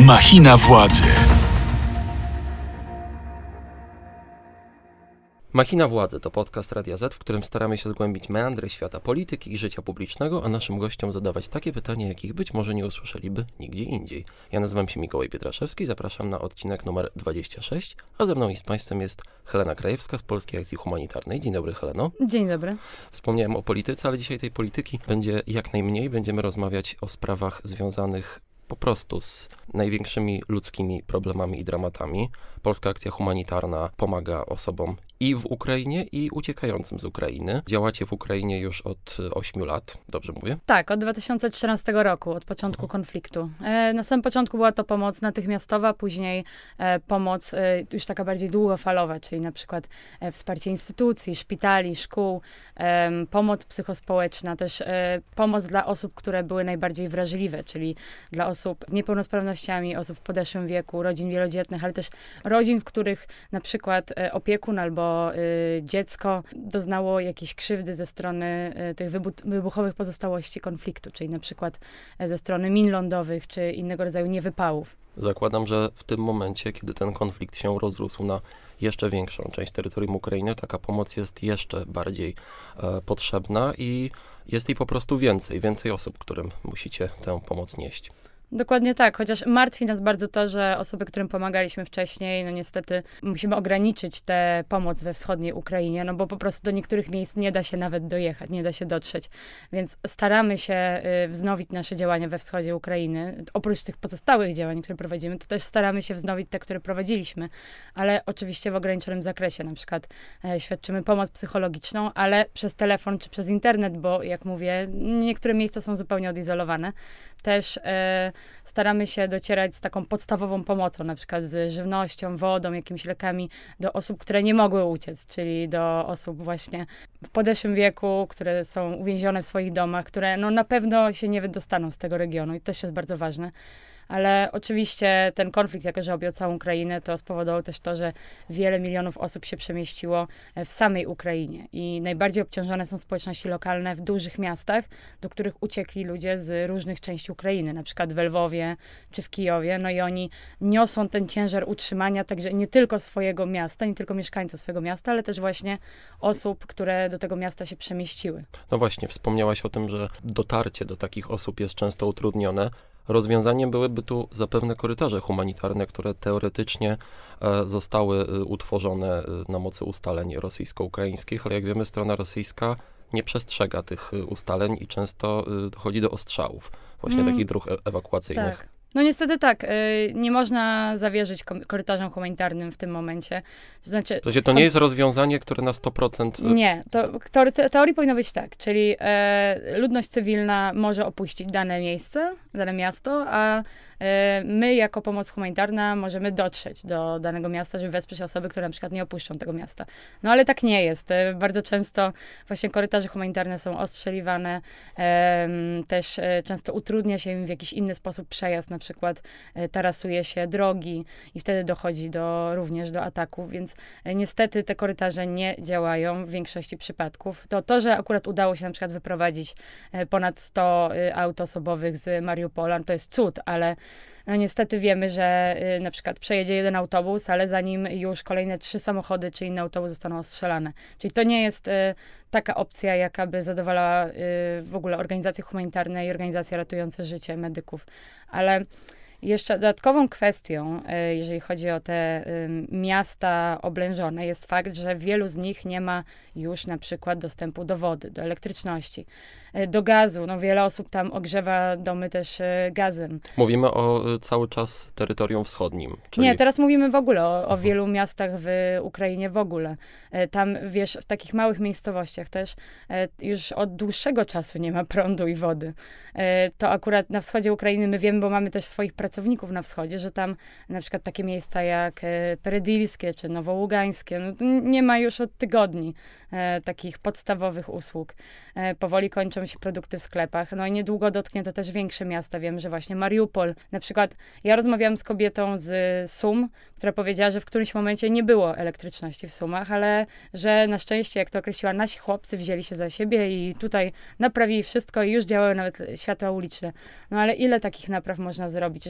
Machina władzy. Machina władzy to podcast Radia Z, w którym staramy się zgłębić meandry świata polityki i życia publicznego, a naszym gościom zadawać takie pytania, jakich być może nie usłyszeliby nigdzie indziej. Ja nazywam się Mikołaj Pietraszewski, zapraszam na odcinek numer 26, a ze mną i z Państwem jest Helena Krajewska z Polskiej Akcji Humanitarnej. Dzień dobry, Heleno. Dzień dobry. Wspomniałem o polityce, ale dzisiaj tej polityki będzie jak najmniej. Będziemy rozmawiać o sprawach związanych po prostu z największymi ludzkimi problemami i dramatami. Polska Akcja Humanitarna pomaga osobom i w Ukrainie, i uciekającym z Ukrainy. Działacie w Ukrainie już od 8 lat, dobrze mówię? Tak, od 2014 roku, od początku konfliktu. Na samym początku była to pomoc natychmiastowa, później pomoc już taka bardziej długofalowa, czyli na przykład wsparcie instytucji, szpitali, szkół, pomoc psychospołeczna, też pomoc dla osób, które były najbardziej wrażliwe, czyli dla osób z niepełnosprawnościami, osób w podeszłym wieku, rodzin wielodzietnych, ale też rodzin, w których na przykład opiekun albo dziecko doznało jakiejś krzywdy ze strony tych wybuchowych pozostałości konfliktu, czyli na przykład ze strony min lądowych, czy innego rodzaju niewypałów. Zakładam, że w tym momencie, kiedy ten konflikt się rozrósł na jeszcze większą część terytorium Ukrainy, taka pomoc jest jeszcze bardziej potrzebna i jest jej po prostu więcej osób, którym musicie tę pomoc nieść. Dokładnie tak, chociaż martwi nas bardzo to, że osoby, którym pomagaliśmy wcześniej, no niestety musimy ograniczyć tę pomoc we wschodniej Ukrainie, no bo po prostu do niektórych miejsc nie da się nawet dojechać, nie da się dotrzeć. Więc staramy się wznowić nasze działania we wschodzie Ukrainy. Oprócz tych pozostałych działań, które prowadzimy, to też staramy się wznowić te, które prowadziliśmy, ale oczywiście w ograniczonym zakresie. Na przykład świadczymy pomoc psychologiczną, ale przez telefon czy przez internet, bo jak mówię, niektóre miejsca są zupełnie odizolowane. Też staramy się docierać z taką podstawową pomocą, na przykład z żywnością, wodą, jakimiś lekami do osób, które nie mogły uciec, czyli do osób właśnie w podeszłym wieku, które są uwięzione w swoich domach, które no na pewno się nie wydostaną z tego regionu i to też jest bardzo ważne. Ale oczywiście ten konflikt, jako że objął całą Ukrainę, to spowodował też to, że wiele milionów osób się przemieściło w samej Ukrainie. I najbardziej obciążone są społeczności lokalne w dużych miastach, do których uciekli ludzie z różnych części Ukrainy, na przykład w Lwowie czy w Kijowie. No i oni niosą ten ciężar utrzymania także nie tylko swojego miasta, nie tylko mieszkańców swojego miasta, ale też właśnie osób, które do tego miasta się przemieściły. No właśnie, wspomniałaś o tym, że dotarcie do takich osób jest często utrudnione. Rozwiązaniem byłyby tu zapewne korytarze humanitarne, które teoretycznie zostały utworzone na mocy ustaleń rosyjsko-ukraińskich, ale jak wiemy, strona rosyjska nie przestrzega tych ustaleń i często dochodzi do ostrzałów, właśnie takich dróg ewakuacyjnych. Tak. No niestety tak, nie można zawierzyć korytarzom humanitarnym w tym momencie. To znaczy, To nie jest rozwiązanie, które na 100%... Nie, to teorii powinno być tak, czyli ludność cywilna może opuścić dane miejsce, dane miasto, a my jako pomoc humanitarna możemy dotrzeć do danego miasta, żeby wesprzeć osoby, które na przykład nie opuszczą tego miasta. No ale tak nie jest. Bardzo często właśnie korytarze humanitarne są ostrzeliwane, też często utrudnia się im w jakiś inny sposób przejazd, na przykład tarasuje się drogi i wtedy dochodzi również do ataków, więc niestety te korytarze nie działają w większości przypadków. To, że akurat udało się na przykład wyprowadzić ponad 100 aut osobowych z Mariupola, to jest cud, ale no niestety wiemy, że na przykład przejedzie jeden autobus, ale za nim już kolejne 3 samochody czy inne autobusy zostaną ostrzelane. Czyli to nie jest taka opcja, jaka by zadowalała w ogóle organizacje humanitarne i organizacje ratujące życie medyków. Ale jeszcze dodatkową kwestią, jeżeli chodzi o te miasta oblężone, jest fakt, że wielu z nich nie ma już na przykład dostępu do wody, do elektryczności, do gazu. No wiele osób tam ogrzewa domy też gazem. Mówimy o cały czas terytorium wschodnim. Czyli... Nie, teraz mówimy w ogóle o wielu miastach w Ukrainie w ogóle. Tam, wiesz, w takich małych miejscowościach też już od dłuższego czasu nie ma prądu i wody. To akurat na wschodzie Ukrainy my wiemy, bo mamy też swoich pracowników na wschodzie, że tam na przykład takie miejsca jak Perydylskie czy Nowoługańskie, no, nie ma już od tygodni takich podstawowych usług. Powoli kończą się produkty w sklepach, no i niedługo dotknie to też większe miasta. Wiem, że właśnie Mariupol, na przykład ja rozmawiałam z kobietą z Sum, która powiedziała, że w którymś momencie nie było elektryczności w Sumach, ale że na szczęście, jak to określiła, nasi chłopcy wzięli się za siebie i tutaj naprawili wszystko i już działały nawet światła uliczne. No ale ile takich napraw można zrobić,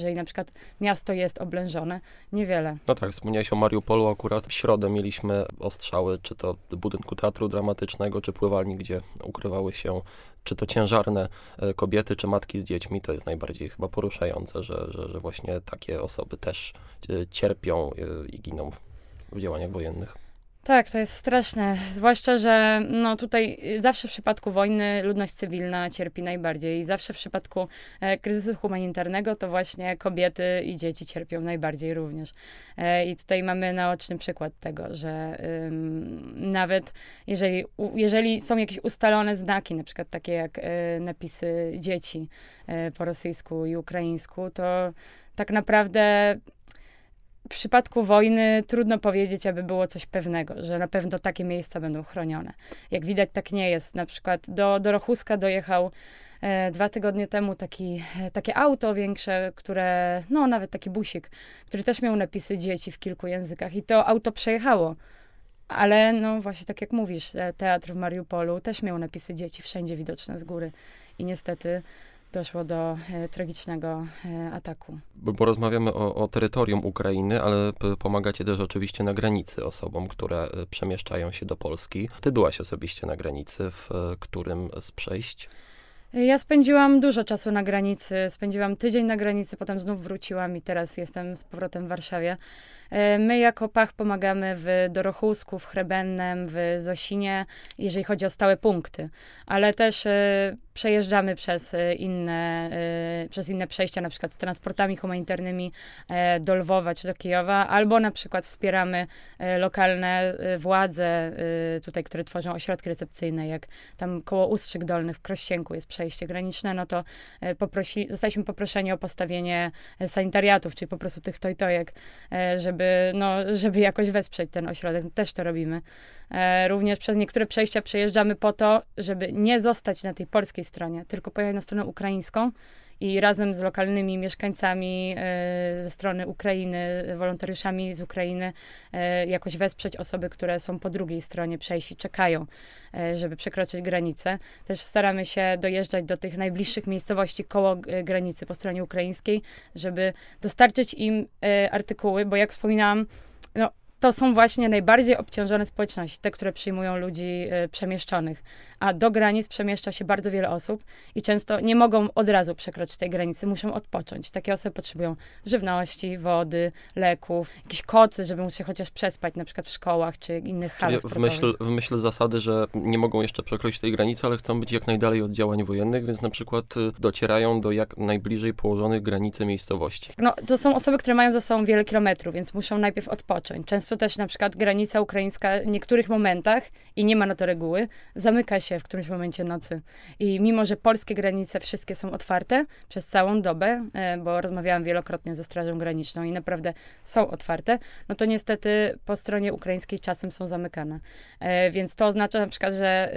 jeżeli na przykład miasto jest oblężone? Niewiele. No tak, wspomniałeś o Mariupolu, akurat w środę mieliśmy ostrzały, czy to budynku Teatru Dramatycznego, czy pływalni, gdzie ukrywały się czy to ciężarne kobiety, czy matki z dziećmi. To jest najbardziej chyba poruszające, że właśnie takie osoby też cierpią i giną w działaniach wojennych. Tak, to jest straszne, zwłaszcza, że no tutaj zawsze w przypadku wojny ludność cywilna cierpi najbardziej. Zawsze w przypadku kryzysu humanitarnego to właśnie kobiety i dzieci cierpią najbardziej również. I tutaj mamy naoczny przykład tego, że nawet jeżeli są jakieś ustalone znaki, na przykład takie jak napisy dzieci po rosyjsku i ukraińsku, to tak naprawdę w przypadku wojny trudno powiedzieć, aby było coś pewnego, że na pewno takie miejsca będą chronione. Jak widać, tak nie jest. Na przykład do Dorochuska dojechał 2 tygodnie temu takie auto większe, które, no nawet taki busik, który też miał napisy dzieci w kilku językach i to auto przejechało. Ale no właśnie tak jak mówisz, teatr w Mariupolu też miał napisy dzieci wszędzie widoczne z góry i niestety doszło do tragicznego ataku. Bo rozmawiamy o terytorium Ukrainy, ale pomagacie też oczywiście na granicy osobom, które przemieszczają się do Polski. Ty byłaś osobiście na granicy, w którym z przejść? Ja spędziłam dużo czasu na granicy, spędziłam tydzień na granicy, potem znów wróciłam i teraz jestem z powrotem w Warszawie. My jako Pach pomagamy w Dorochusku, w Chrebennem, w Zosinie, jeżeli chodzi o stałe punkty, ale też przejeżdżamy przez inne przejścia, na przykład z transportami humanitarnymi do Lwowa czy do Kijowa, albo na przykład wspieramy lokalne władze tutaj, które tworzą ośrodki recepcyjne, jak tam koło Ustrzyk Dolnych w Krościenku jest przejście graniczne, no to zostaliśmy poproszeni o postawienie sanitariatów, czyli po prostu tych tojtojek, żeby jakoś wesprzeć ten ośrodek. Też to robimy. Również przez niektóre przejścia przejeżdżamy po to, żeby nie zostać na tej polskiej stronie, tylko pojechać na stronę ukraińską i razem z lokalnymi mieszkańcami ze strony Ukrainy, wolontariuszami z Ukrainy jakoś wesprzeć osoby, które są po drugiej stronie przejść i czekają, żeby przekroczyć granicę. Też staramy się dojeżdżać do tych najbliższych miejscowości koło granicy po stronie ukraińskiej, żeby dostarczyć im artykuły, bo jak wspominałam, no, to są właśnie najbardziej obciążone społeczności, te, które przyjmują ludzi przemieszczonych. A do granic przemieszcza się bardzo wiele osób i często nie mogą od razu przekroczyć tej granicy, muszą odpocząć. Takie osoby potrzebują żywności, wody, leków, jakieś kocy, żeby móc się chociaż przespać, na przykład w szkołach czy innych halach sportowych. W myśl zasady, że nie mogą jeszcze przekroczyć tej granicy, ale chcą być jak najdalej od działań wojennych, więc na przykład docierają do jak najbliżej położonych granicy miejscowości. No, to są osoby, które mają za sobą wiele kilometrów, więc muszą najpierw odpocząć. Często też na przykład granica ukraińska w niektórych momentach, i nie ma na to reguły, zamyka się w którymś momencie nocy. I mimo, że polskie granice wszystkie są otwarte przez całą dobę, bo rozmawiałam wielokrotnie ze Strażą Graniczną i naprawdę są otwarte, no to niestety po stronie ukraińskiej czasem są zamykane. Więc to oznacza na przykład, że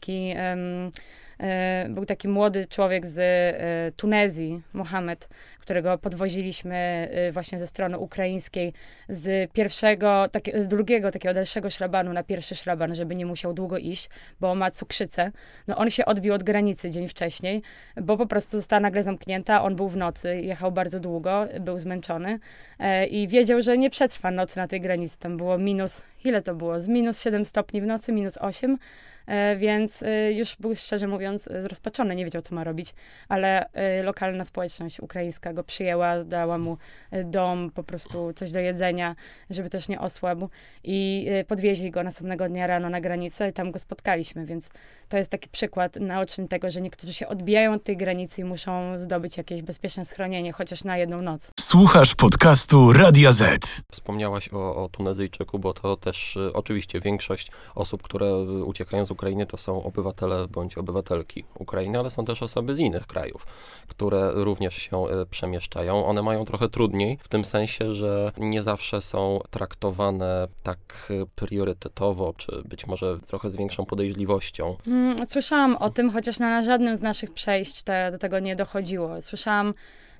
był taki młody człowiek z Tunezji, Mohamed, którego podwoziliśmy właśnie ze strony ukraińskiej z drugiego takiego dalszego szlabanu na pierwszy szlaban, żeby nie musiał długo iść, bo ma cukrzycę. No on się odbił od granicy dzień wcześniej, bo po prostu została nagle zamknięta, on był w nocy, jechał bardzo długo, był zmęczony i wiedział, że nie przetrwa nocy na tej granicy. Tam było ile to było? Z -7 stopni w nocy, -8. Więc już był, szczerze mówiąc, zrozpaczony, nie wiedział, co ma robić, ale lokalna społeczność ukraińska go przyjęła, dała mu dom, po prostu coś do jedzenia, żeby też nie osłabł i podwieźli go następnego dnia rano na granicę i tam go spotkaliśmy, więc to jest taki przykład naoczny tego, że niektórzy się odbijają od tej granicy i muszą zdobyć jakieś bezpieczne schronienie, chociaż na jedną noc. Słuchasz podcastu Radia Z. Wspomniałaś o Tunezyjczyku, bo to też oczywiście większość osób, które uciekają z Ukrainy, to są obywatele bądź obywatelki Ukrainy, ale są też osoby z innych krajów, które również się przemieszczają. One mają trochę trudniej, w tym sensie, że nie zawsze są traktowane tak priorytetowo, czy być może trochę z większą podejrzliwością. Słyszałam o tym, chociaż na żadnym z naszych przejść do tego nie dochodziło. Słyszałam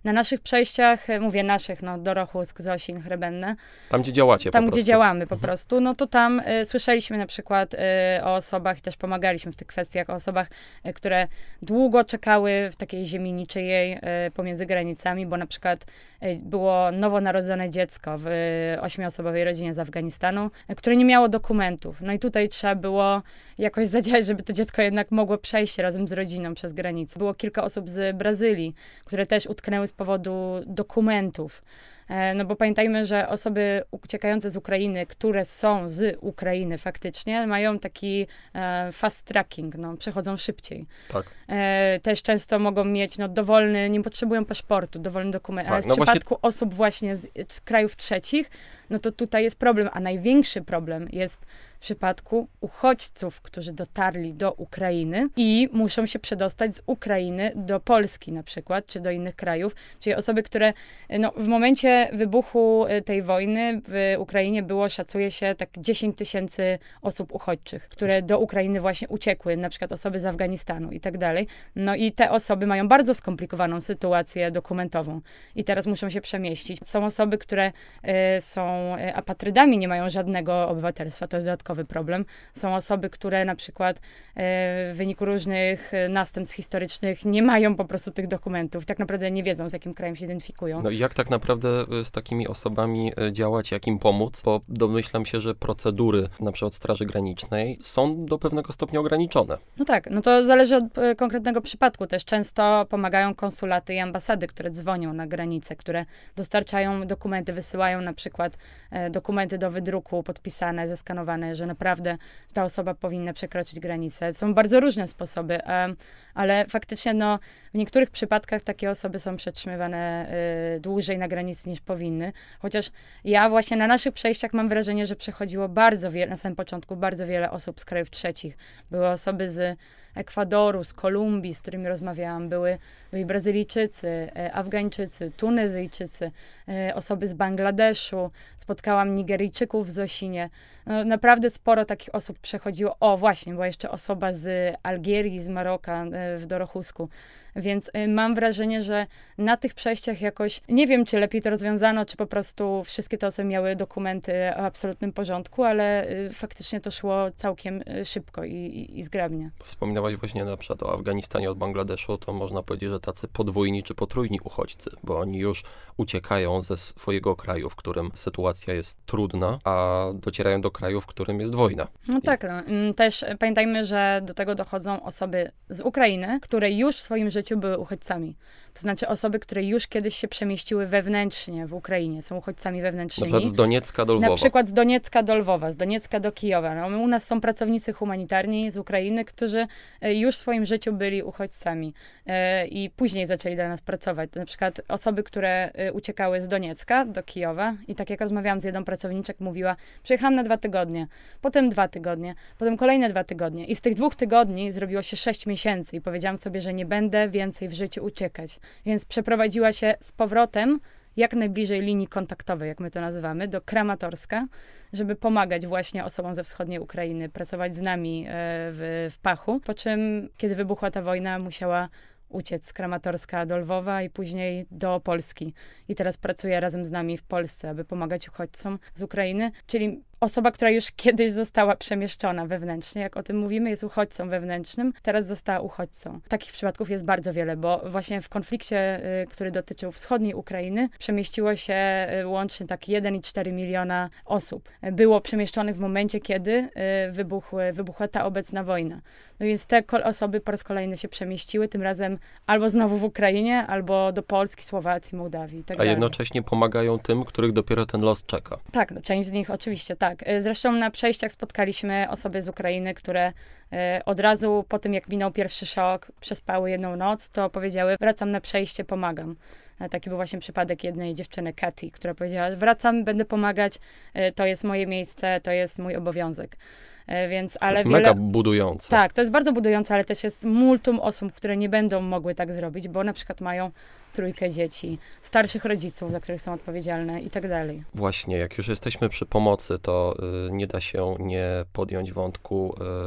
Na naszych przejściach, mówię naszych, no Dorohusk, Zosin, Hrebenne. Tam, gdzie działacie Tam, po gdzie prostu. działamy po prostu, no to tam słyszeliśmy na przykład o osobach, i też pomagaliśmy w tych kwestiach, o osobach, które długo czekały w takiej ziemi niczyjej pomiędzy granicami, bo na przykład było nowonarodzone dziecko w 8-osobowej rodzinie z Afganistanu, które nie miało dokumentów. No i tutaj trzeba było jakoś zadziałać, żeby to dziecko jednak mogło przejść razem z rodziną przez granicę. Było kilka osób z Brazylii, które też utknęły z powodu dokumentów. No bo pamiętajmy, że osoby uciekające z Ukrainy, które są z Ukrainy faktycznie, mają taki fast tracking, no, przechodzą szybciej. Tak. Też często mogą mieć dowolny, nie potrzebują paszportu, dowolny dokument, Tak, ale w no przypadku osób właśnie z krajów trzecich, no to tutaj jest problem, a największy problem jest w przypadku uchodźców, którzy dotarli do Ukrainy i muszą się przedostać z Ukrainy do Polski na przykład, czy do innych krajów, czyli osoby, które no, w momencie wybuchu tej wojny w Ukrainie było, szacuje się, tak 10 000 osób uchodźczych, które do Ukrainy właśnie uciekły, na przykład osoby z Afganistanu i tak dalej. No i te osoby mają bardzo skomplikowaną sytuację dokumentową i teraz muszą się przemieścić. Są osoby, które są apatrydami, nie mają żadnego obywatelstwa, to jest dodatkowy problem. Są osoby, które na przykład w wyniku różnych następstw historycznych nie mają po prostu tych dokumentów, tak naprawdę nie wiedzą, z jakim krajem się identyfikują. No i jak tak naprawdę z takimi osobami działać, jak im pomóc? Bo domyślam się, że procedury na przykład Straży Granicznej są do pewnego stopnia ograniczone. No tak, no to zależy od konkretnego przypadku. Też często pomagają konsulaty i ambasady, które dzwonią na granicę, które dostarczają dokumenty, wysyłają na przykład dokumenty do wydruku podpisane, zeskanowane, że naprawdę ta osoba powinna przekroczyć granicę. Są bardzo różne sposoby, ale faktycznie no, w niektórych przypadkach takie osoby są przetrzymywane dłużej na granicy niż powinny. Chociaż ja właśnie na naszych przejściach mam wrażenie, że przechodziło bardzo wiele, na samym początku bardzo wiele osób z krajów trzecich. Były osoby z Ekwadoru, z Kolumbii, z którymi rozmawiałam, byli Brazylijczycy, Afgańczycy, Tunezyjczycy, osoby z Bangladeszu, spotkałam Nigeryjczyków w Zosinie. No, naprawdę sporo takich osób przechodziło. O, właśnie, była jeszcze osoba z Algierii, z Maroka w Dorohusku. Więc mam wrażenie, że na tych przejściach jakoś, nie wiem, czy lepiej to rozwiązano, czy po prostu wszystkie te osoby miały dokumenty o absolutnym porządku, ale faktycznie to szło całkiem szybko i zgrabnie. Wspominałaś właśnie na przykład o Afganistanie od Bangladeszu, to można powiedzieć, że tacy podwójni czy potrójni uchodźcy, bo oni już uciekają ze swojego kraju, w którym sytuacja jest trudna, a docierają do kraju, w którym jest wojna. No tak, no. Też pamiętajmy, że do tego dochodzą osoby z Ukrainy, które już w swoim życiu były uchodźcami. To znaczy osoby, które już kiedyś się przemieściły wewnętrznie w Ukrainie, są uchodźcami wewnętrznymi. Na przykład z Doniecka do Lwowa. Na przykład z Doniecka do Lwowa, z Doniecka do Kijowa. No, u nas są pracownicy humanitarni z Ukrainy, którzy już w swoim życiu byli uchodźcami i później zaczęli dla nas pracować. To na przykład osoby, które uciekały z Doniecka do Kijowa i tak jak rozmawiałam z jedną pracowniczek, mówiła, przyjechałam na 2 tygodnie, potem 2 tygodnie, potem kolejne 2 tygodnie i z tych 2 tygodni zrobiło się 6 miesięcy i powiedziałam sobie, że nie będę więcej w życiu uciekać. Więc przeprowadziła się z powrotem jak najbliżej linii kontaktowej, jak my to nazywamy, do Kramatorska, żeby pomagać właśnie osobom ze wschodniej Ukrainy, pracować z nami w Pachu. Po czym, kiedy wybuchła ta wojna, musiała uciec z Kramatorska do Lwowa i później do Polski. I teraz pracuje razem z nami w Polsce, aby pomagać uchodźcom z Ukrainy. Czyli osoba, która już kiedyś została przemieszczona wewnętrznie, jak o tym mówimy, jest uchodźcą wewnętrznym, teraz została uchodźcą. Takich przypadków jest bardzo wiele, bo właśnie w konflikcie, który dotyczył wschodniej Ukrainy, przemieściło się łącznie tak 1,4 miliona osób. Było przemieszczonych w momencie, kiedy wybuchła ta obecna wojna. No więc te osoby po raz kolejny się przemieściły, tym razem albo znowu w Ukrainie, albo do Polski, Słowacji, Mołdawii i tak dalej. A jednocześnie pomagają tym, których dopiero ten los czeka. Tak, no, część z nich oczywiście tak. Zresztą na przejściach spotkaliśmy osoby z Ukrainy, które od razu po tym, jak minął pierwszy szok, przespały 1 noc, to powiedziały, wracam na przejście, pomagam. Taki był właśnie przypadek jednej dziewczyny, Kati, która powiedziała, wracam, będę pomagać, to jest moje miejsce, to jest mój obowiązek. Więc, ale to jest wiele... mega budujące. Tak, to jest bardzo budujące, ale też jest multum osób, które nie będą mogły tak zrobić, bo na przykład mają 3 dzieci, starszych rodziców, za których są odpowiedzialne i tak dalej. Właśnie, jak już jesteśmy przy pomocy, to nie da się nie podjąć wątku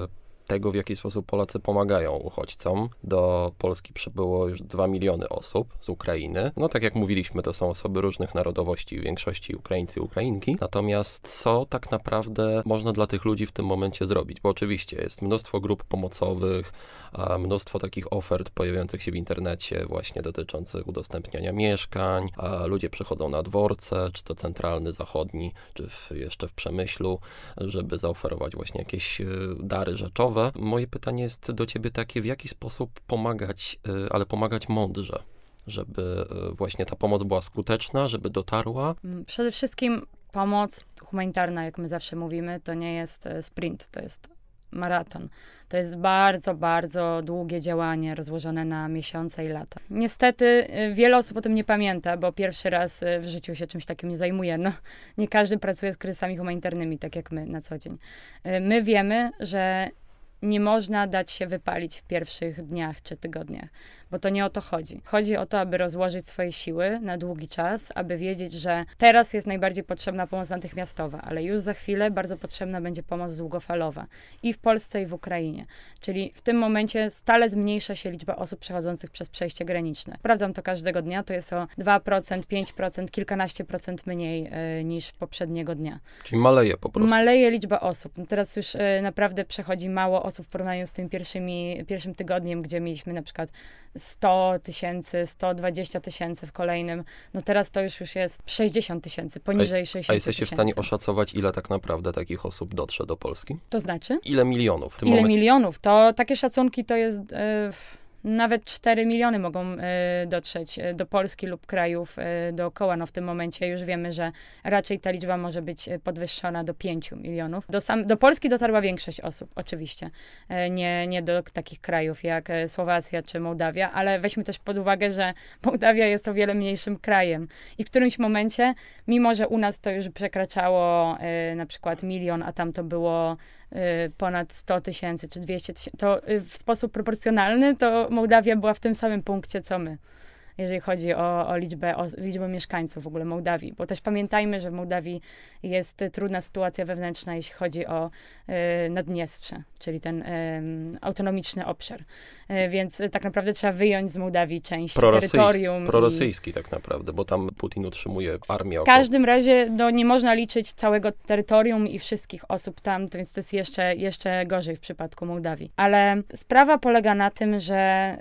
tego, w jaki sposób Polacy pomagają uchodźcom. Do Polski przybyło już 2 miliony osób z Ukrainy. No tak jak mówiliśmy, to są osoby różnych narodowości, w większości Ukraińcy i Ukrainki. Natomiast co tak naprawdę można dla tych ludzi w tym momencie zrobić? Bo oczywiście jest mnóstwo grup pomocowych, mnóstwo takich ofert pojawiających się w internecie właśnie dotyczących udostępniania mieszkań. Ludzie przychodzą na dworce, czy to centralny, zachodni, czy jeszcze w Przemyślu, żeby zaoferować właśnie jakieś dary rzeczowe. Moje pytanie jest do ciebie takie, w jaki sposób pomagać, ale pomagać mądrze, żeby właśnie ta pomoc była skuteczna, żeby dotarła? Przede wszystkim pomoc humanitarna, jak my zawsze mówimy, to nie jest sprint, to jest maraton. To jest bardzo, bardzo długie działanie rozłożone na miesiące i lata. Niestety wiele osób o tym nie pamięta, bo pierwszy raz w życiu się czymś takim nie zajmuje. No, nie każdy pracuje z kryzysami humanitarnymi, tak jak my na co dzień. My wiemy, że nie można dać się wypalić w pierwszych dniach czy tygodniach, bo to nie o to chodzi. Chodzi o to, aby rozłożyć swoje siły na długi czas, aby wiedzieć, że teraz jest najbardziej potrzebna pomoc natychmiastowa, ale już za chwilę bardzo potrzebna będzie pomoc długofalowa i w Polsce, i w Ukrainie. Czyli w tym momencie stale zmniejsza się liczba osób przechodzących przez przejście graniczne. Sprawdzam to każdego dnia, to jest o 2%, 5%, kilkanaście procent mniej niż poprzedniego dnia. Czyli maleje po prostu. Maleje liczba osób. No teraz już naprawdę przechodzi mało osób w porównaniu z tym pierwszym tygodniem, gdzie mieliśmy na przykład 100 000, 120 000 w kolejnym. No teraz to już jest 60 000, poniżej 60 000. A jesteście w stanie oszacować, ile tak naprawdę takich osób dotrze do Polski? To znaczy? Ile milionów w tym Ile momencie? milionów? To takie szacunki to jest... Nawet 4 miliony mogą dotrzeć do Polski lub krajów dookoła. No w tym momencie już wiemy, że raczej ta liczba może być podwyższona do 5 milionów. Do Polski dotarła większość osób, oczywiście. Nie do takich krajów jak Słowacja czy Mołdawia, ale weźmy też pod uwagę, że Mołdawia jest o wiele mniejszym krajem. I w którymś momencie, mimo że u nas to już przekraczało na przykład 1 milion, a tam to było ponad 100 000 czy 200 000, to w sposób proporcjonalny to Mołdawia była w tym samym punkcie, co my, jeżeli chodzi o liczbę mieszkańców w ogóle Mołdawii. Bo też pamiętajmy, że w Mołdawii jest trudna sytuacja wewnętrzna, jeśli chodzi o Naddniestrze, czyli ten autonomiczny obszar. Więc tak naprawdę trzeba wyjąć z Mołdawii część terytorium. Prorosyjski tak naprawdę, bo tam Putin utrzymuje armię. W każdym razie nie można liczyć całego terytorium i wszystkich osób tam, więc to jest jeszcze gorzej w przypadku Mołdawii. Ale sprawa polega na tym, że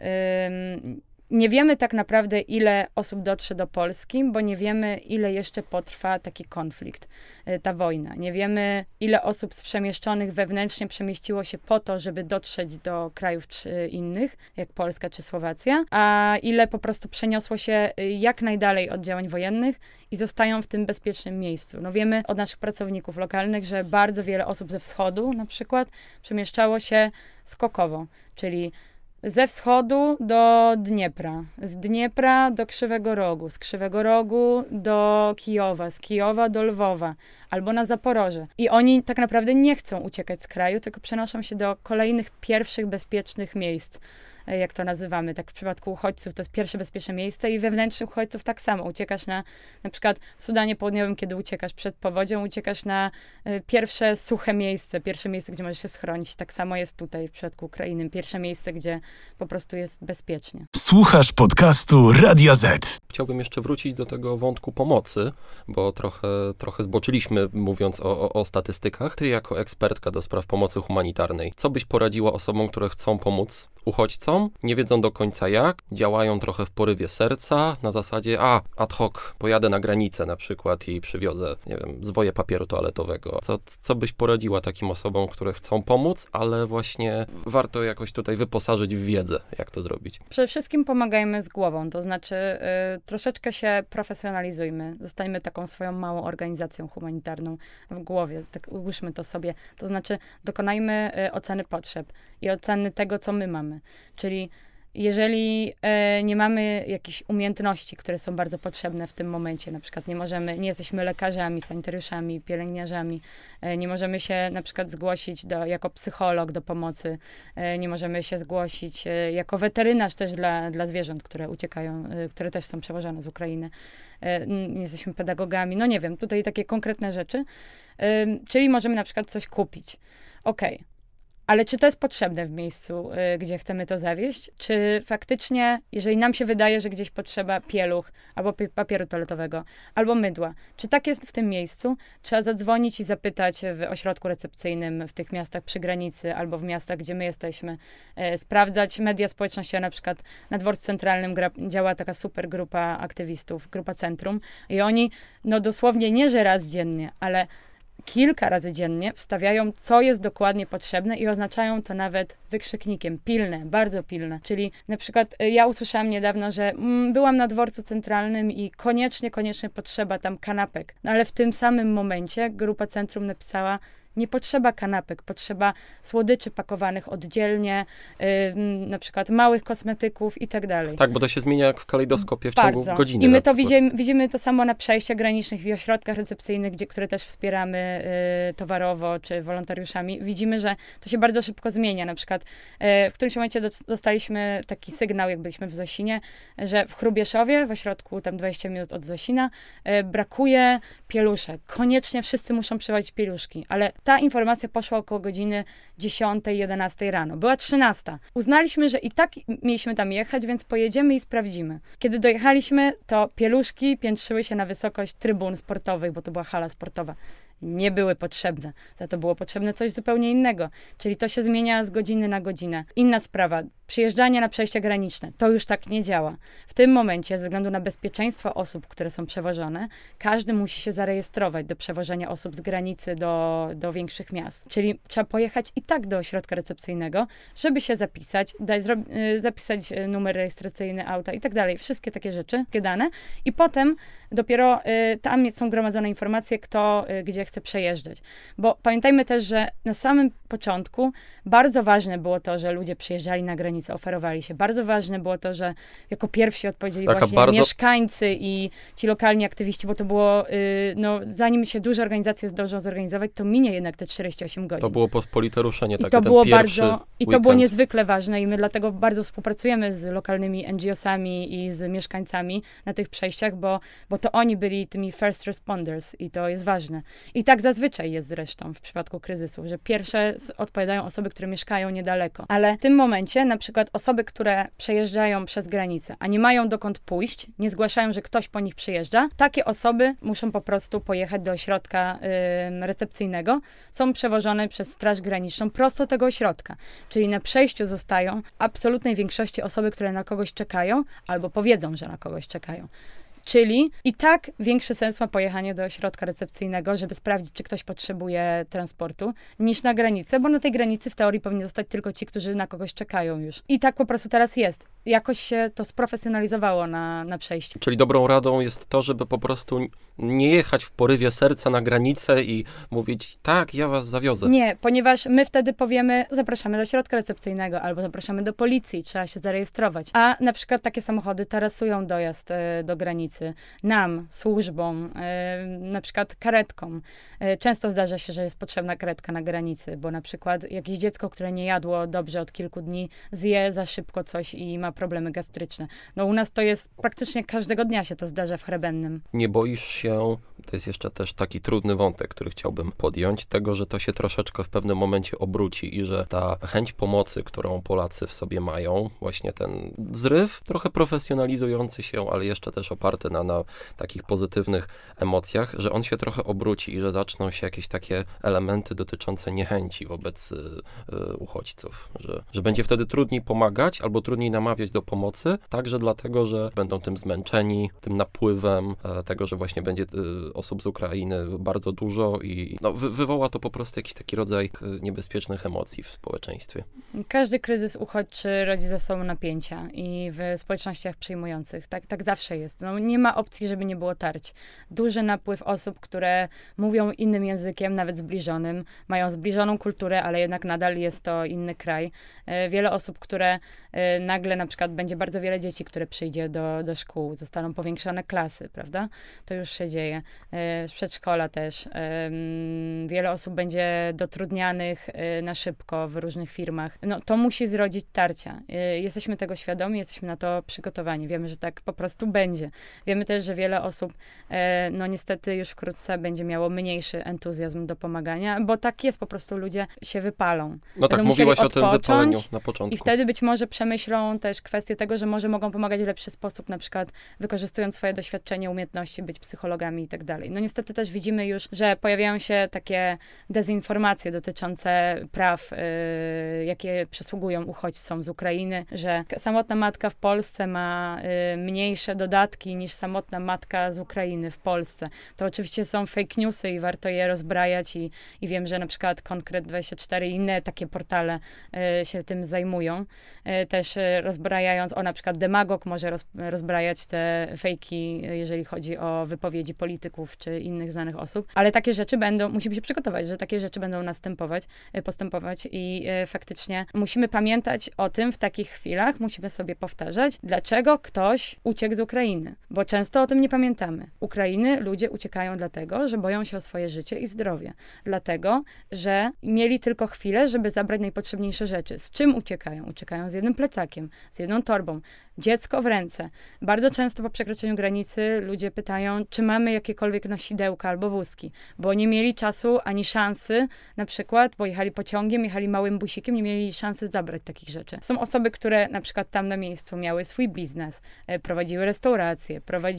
nie wiemy tak naprawdę, ile osób dotrze do Polski, bo nie wiemy, ile jeszcze potrwa taki konflikt, ta wojna. Nie wiemy, ile osób przemieszczonych wewnętrznie przemieściło się po to, żeby dotrzeć do krajów innych, jak Polska czy Słowacja, a ile po prostu przeniosło się jak najdalej od działań wojennych i zostają w tym bezpiecznym miejscu. No wiemy od naszych pracowników lokalnych, że bardzo wiele osób ze wschodu na przykład przemieszczało się skokowo, czyli ze wschodu do Dniepra, z Dniepra do Krzywego Rogu, z Krzywego Rogu do Kijowa, z Kijowa do Lwowa albo na Zaporoże. I oni tak naprawdę nie chcą uciekać z kraju, tylko przenoszą się do kolejnych pierwszych bezpiecznych miejsc, jak to nazywamy. Tak w przypadku uchodźców to jest pierwsze bezpieczne miejsce i wewnętrznych uchodźców tak samo. Uciekasz na przykład w Sudanie Południowym, kiedy uciekasz przed powodzią, uciekasz na pierwsze suche miejsce, pierwsze miejsce, gdzie możesz się schronić. Tak samo jest tutaj w przypadku Ukrainy. Pierwsze miejsce, gdzie po prostu jest bezpiecznie. Słuchasz podcastu Radia Z. Chciałbym jeszcze wrócić do tego wątku pomocy, bo trochę zboczyliśmy, mówiąc o statystykach. Ty jako ekspertka do spraw pomocy humanitarnej, co byś poradziła osobom, które chcą pomóc uchodźcom, nie wiedzą do końca jak, działają trochę w porywie serca, na zasadzie, ad hoc, pojadę na granicę na przykład i przywiozę, nie wiem, zwoje papieru toaletowego. Co byś poradziła takim osobom, które chcą pomóc, ale właśnie warto jakoś tutaj wyposażyć w wiedzę, jak to zrobić? Przede wszystkim pomagajmy z głową, to znaczy troszeczkę się profesjonalizujmy, zostańmy taką swoją małą organizacją humanitarną w głowie, tak ułóżmy to sobie, to znaczy dokonajmy oceny potrzeb i oceny tego, co my mamy. Czyli jeżeli nie mamy jakichś umiejętności, które są bardzo potrzebne w tym momencie, na przykład nie jesteśmy lekarzami, sanitariuszami, pielęgniarzami, nie możemy się na przykład zgłosić jako psycholog do pomocy, nie możemy się zgłosić jako weterynarz też dla zwierząt, które uciekają, które też są przewożone z Ukrainy, nie jesteśmy pedagogami, no nie wiem, tutaj takie konkretne rzeczy, czyli możemy na przykład coś kupić. Okej. Ale czy to jest potrzebne w miejscu, gdzie chcemy to zawieźć? Czy faktycznie, jeżeli nam się wydaje, że gdzieś potrzeba pieluch, albo papieru toaletowego, albo mydła, czy tak jest w tym miejscu? Trzeba zadzwonić i zapytać w ośrodku recepcyjnym w tych miastach przy granicy, albo w miastach, gdzie my jesteśmy, sprawdzać media społecznościowe, na przykład na Dworcu Centralnym działa taka super grupa aktywistów, grupa Centrum i oni, no dosłownie nie, że raz dziennie, ale kilka razy dziennie wstawiają, co jest dokładnie potrzebne i oznaczają to nawet wykrzyknikiem. Pilne, bardzo pilne. Czyli na przykład ja usłyszałam niedawno, że byłam na Dworcu Centralnym i koniecznie potrzeba tam kanapek. No ale w tym samym momencie grupa Centrum napisała, nie potrzeba kanapek, potrzeba słodyczy pakowanych oddzielnie, na przykład małych kosmetyków i tak dalej. Tak, bo to się zmienia jak w kalejdoskopie w ciągu godziny. I my to widzimy to samo na przejściach granicznych i ośrodkach recepcyjnych, które też wspieramy towarowo czy wolontariuszami. Widzimy, że to się bardzo szybko zmienia. Na przykład w którymś momencie dostaliśmy taki sygnał, jak byliśmy w Zosinie, że w Hrubieszowie, w ośrodku tam 20 minut od Zosina, brakuje pieluszek. Koniecznie wszyscy muszą przywozić pieluszki, ale ta informacja poszła około godziny 10, 11 rano. Była 13. Uznaliśmy, że i tak mieliśmy tam jechać, więc pojedziemy i sprawdzimy. Kiedy dojechaliśmy, to pieluszki piętrzyły się na wysokość trybun sportowych, bo to była hala sportowa. Nie były potrzebne. Za to było potrzebne coś zupełnie innego. Czyli to się zmienia z godziny na godzinę. Inna sprawa. Przyjeżdżanie na przejścia graniczne. To już tak nie działa. W tym momencie, ze względu na bezpieczeństwo osób, które są przewożone, każdy musi się zarejestrować do przewożenia osób z granicy do większych miast. Czyli trzeba pojechać i tak do ośrodka recepcyjnego, żeby się zapisać, zapisać numer rejestracyjny auta i tak dalej. Wszystkie takie rzeczy, takie dane. I potem dopiero tam są gromadzone informacje, kto gdzie chce przejeżdżać. Bo pamiętajmy też, że na samym początku bardzo ważne było to, że ludzie przyjeżdżali na granicę, oferowali się. Bardzo ważne było to, że jako pierwsi odpowiedzieli właśnie mieszkańcy i ci lokalni aktywiści, bo to było, zanim się duże organizacje zdążą zorganizować, to minie jednak te 48 godzin. To było pospolite ruszenie, takie ten pierwszy I to było niezwykle ważne i my dlatego bardzo współpracujemy z lokalnymi NGO-sami i z mieszkańcami na tych przejściach, bo to oni byli tymi first responders i to jest ważne. I tak zazwyczaj jest zresztą w przypadku kryzysów, że pierwsze odpowiadają osoby, które mieszkają niedaleko. Ale w tym momencie na przykład osoby, które przejeżdżają przez granicę, a nie mają dokąd pójść, nie zgłaszają, że ktoś po nich przyjeżdża, takie osoby muszą po prostu pojechać do ośrodka recepcyjnego. Są przewożone przez Straż Graniczną prosto do tego ośrodka. Czyli na przejściu zostają absolutnej większości osoby, które na kogoś czekają, albo powiedzą, że na kogoś czekają. Czyli i tak większy sens ma pojechanie do ośrodka recepcyjnego, żeby sprawdzić, czy ktoś potrzebuje transportu, niż na granicę, bo na tej granicy w teorii powinni zostać tylko ci, którzy na kogoś czekają już. I tak po prostu teraz jest. Jakoś się to sprofesjonalizowało na przejściu. Czyli dobrą radą jest to, żeby po prostu nie jechać w porywie serca na granicę i mówić, tak, ja was zawiozę. Nie, ponieważ my wtedy powiemy, zapraszamy do ośrodka recepcyjnego albo zapraszamy do policji, trzeba się zarejestrować. A na przykład takie samochody tarasują dojazd do granicy nam, służbom, na przykład karetkom. Często zdarza się, że jest potrzebna karetka na granicy, bo na przykład jakieś dziecko, które nie jadło dobrze od kilku dni, zje za szybko coś i ma problemy gastryczne. No u nas to jest praktycznie każdego dnia się to zdarza w Hrebennym. Nie boisz się, to jest jeszcze też taki trudny wątek, który chciałbym podjąć, tego, że to się troszeczkę w pewnym momencie obróci i że ta chęć pomocy, którą Polacy w sobie mają, właśnie ten zryw, trochę profesjonalizujący się, ale jeszcze też oparty na takich pozytywnych emocjach, że on się trochę obróci i że zaczną się jakieś takie elementy dotyczące niechęci wobec uchodźców, że będzie wtedy trudniej pomagać albo trudniej namawiać do pomocy, także dlatego, że będą tym zmęczeni, tym napływem tego, że właśnie będzie osób z Ukrainy bardzo dużo i wywoła to po prostu jakiś taki rodzaj niebezpiecznych emocji w społeczeństwie. Każdy kryzys uchodźczy rodzi ze sobą napięcia i w społecznościach przyjmujących. Tak zawsze jest. No, nie ma opcji, żeby nie było tarć. Duży napływ osób, które mówią innym językiem, nawet zbliżonym, mają zbliżoną kulturę, ale jednak nadal jest to inny kraj. Wiele osób, które nagle na przykład będzie bardzo wiele dzieci, które przyjdzie do szkół, zostaną powiększone klasy, prawda? To już się dzieje. z przedszkola też. Wiele osób będzie dotrudnianych na szybko w różnych firmach. No, to musi zrodzić tarcia. Jesteśmy tego świadomi, jesteśmy na to przygotowani. Wiemy, że tak po prostu będzie. Wiemy też, że wiele osób, no niestety już wkrótce będzie miało mniejszy entuzjazm do pomagania, bo tak jest, po prostu ludzie się wypalą. No tak, mówiłaś o tym wypaleniu na początku. I wtedy być może przemyślą też kwestię tego, że może mogą pomagać w lepszy sposób, na przykład wykorzystując swoje doświadczenie, umiejętności, być psychologami i tak dalej. No niestety też widzimy już, że pojawiają się takie dezinformacje dotyczące praw, jakie przysługują uchodźcom z Ukrainy, że samotna matka w Polsce ma mniejsze dodatki niż samotna matka z Ukrainy w Polsce. To oczywiście są fake newsy i warto je rozbrajać i wiem, że na przykład Konkret24 i inne takie portale się tym zajmują. Też rozbrajając, na przykład Demagog może rozbrajać te fejki, jeżeli chodzi o wypowiedzi polityków czy innych znanych osób, ale takie rzeczy musimy się przygotować, że takie rzeczy będą postępować i faktycznie musimy pamiętać o tym w takich chwilach, musimy sobie powtarzać, dlaczego ktoś uciekł z Ukrainy, bo często o tym nie pamiętamy. Ukrainy ludzie uciekają dlatego, że boją się o swoje życie i zdrowie, dlatego, że mieli tylko chwilę, żeby zabrać najpotrzebniejsze rzeczy. Z czym uciekają? Uciekają z jednym plecakiem, z jedną torbą, dziecko w ręce. Bardzo często po przekroczeniu granicy ludzie pytają, czy mamy jakiekolwiek nosidełka albo wózki, bo nie mieli czasu ani szansy, na przykład, bo jechali pociągiem, jechali małym busikiem, nie mieli szansy zabrać takich rzeczy. Są osoby, które na przykład tam na miejscu miały swój biznes, prowadziły restauracje,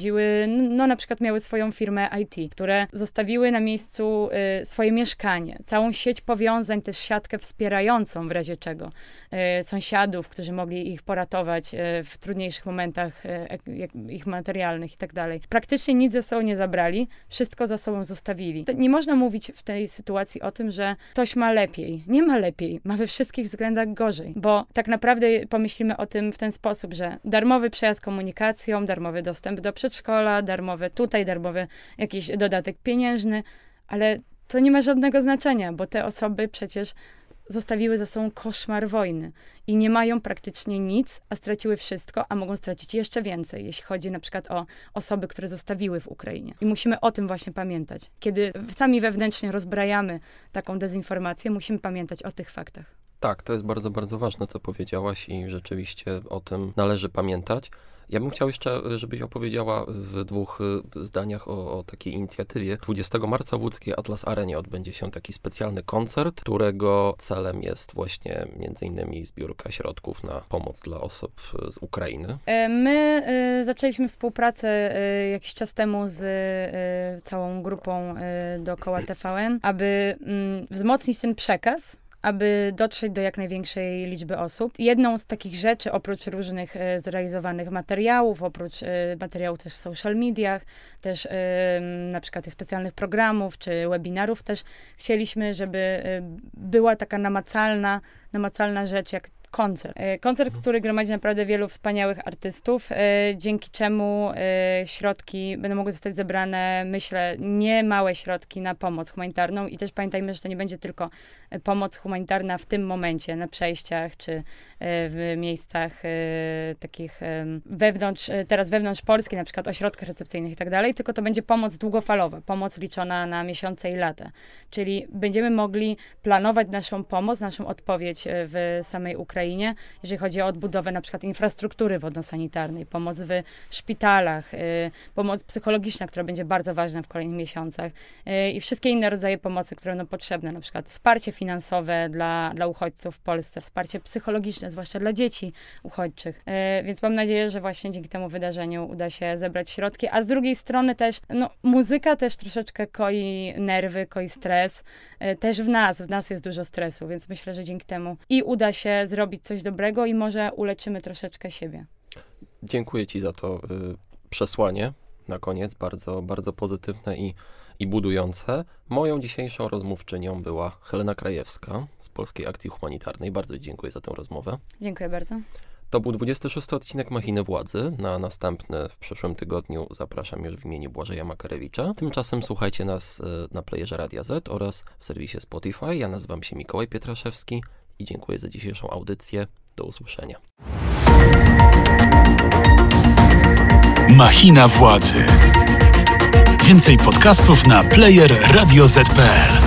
na przykład miały swoją firmę IT, które zostawiły na miejscu swoje mieszkanie, całą sieć powiązań, też siatkę wspierającą w razie czego, sąsiadów, którzy mogli ich poratować w trudniejszych momentach ich materialnych i tak dalej. Praktycznie nic ze sobą nie zabrali, wszystko za sobą zostawili. Nie można mówić w tej sytuacji o tym, że ktoś ma lepiej. Nie ma lepiej, ma we wszystkich względach gorzej, bo tak naprawdę pomyślimy o tym w ten sposób, że darmowy przejazd komunikacją, darmowy dostęp do przedszkola, darmowy jakiś dodatek pieniężny, ale to nie ma żadnego znaczenia, bo te osoby przecież zostawiły za sobą koszmar wojny i nie mają praktycznie nic, a straciły wszystko, a mogą stracić jeszcze więcej, jeśli chodzi na przykład o osoby, które zostawiły w Ukrainie. I musimy o tym właśnie pamiętać. Kiedy sami wewnętrznie rozbrajamy taką dezinformację, musimy pamiętać o tych faktach. Tak, to jest bardzo, bardzo ważne, co powiedziałaś i rzeczywiście o tym należy pamiętać. Ja bym chciał jeszcze, żebyś opowiedziała w 2 zdaniach o takiej inicjatywie. 20 marca w łódzkiej Atlas Arenie odbędzie się taki specjalny koncert, którego celem jest właśnie między innymi zbiórka środków na pomoc dla osób z Ukrainy. My zaczęliśmy współpracę jakiś czas temu z całą grupą dookoła TVN, aby wzmocnić ten przekaz, aby dotrzeć do jak największej liczby osób. Jedną z takich rzeczy, oprócz różnych zrealizowanych materiałów, oprócz materiałów też w social mediach, też na przykład tych specjalnych programów czy webinarów, też chcieliśmy, żeby była taka namacalna rzecz, jak koncert, który gromadzi naprawdę wielu wspaniałych artystów, dzięki czemu środki będą mogły zostać zebrane, myślę, nie małe środki na pomoc humanitarną i też pamiętajmy, że to nie będzie tylko pomoc humanitarna w tym momencie, na przejściach, czy w miejscach takich wewnątrz Polski, na przykład ośrodkach recepcyjnych i tak dalej, tylko to będzie pomoc długofalowa, pomoc liczona na miesiące i lata. Czyli będziemy mogli planować naszą pomoc, naszą odpowiedź w samej Ukrainie, jeżeli chodzi o odbudowę na przykład infrastruktury wodno-sanitarnej, pomoc w szpitalach, pomoc psychologiczna, która będzie bardzo ważna w kolejnych miesiącach i wszystkie inne rodzaje pomocy, które będą potrzebne, na przykład wsparcie finansowe dla uchodźców w Polsce, wsparcie psychologiczne, zwłaszcza dla dzieci uchodźczych. Więc mam nadzieję, że właśnie dzięki temu wydarzeniu uda się zebrać środki, a z drugiej strony też, muzyka też troszeczkę koi nerwy, koi stres. Też w nas jest dużo stresu, więc myślę, że dzięki temu i uda się zrobić coś dobrego i może uleczymy troszeczkę siebie. Dziękuję ci za to przesłanie na koniec, bardzo, bardzo pozytywne i budujące. Moją dzisiejszą rozmówczynią była Helena Krajewska z Polskiej Akcji Humanitarnej. Bardzo dziękuję za tę rozmowę. Dziękuję bardzo. To był 26. odcinek Machiny Władzy. Na następny w przyszłym tygodniu zapraszam już w imieniu Błażeja Makarewicza. Tymczasem słuchajcie nas na playerze Radia Z oraz w serwisie Spotify. Ja nazywam się Mikołaj Pietraszewski i dziękuję za dzisiejszą audycję. Do usłyszenia. Machina Władzy. Więcej podcastów na player radioz.pl.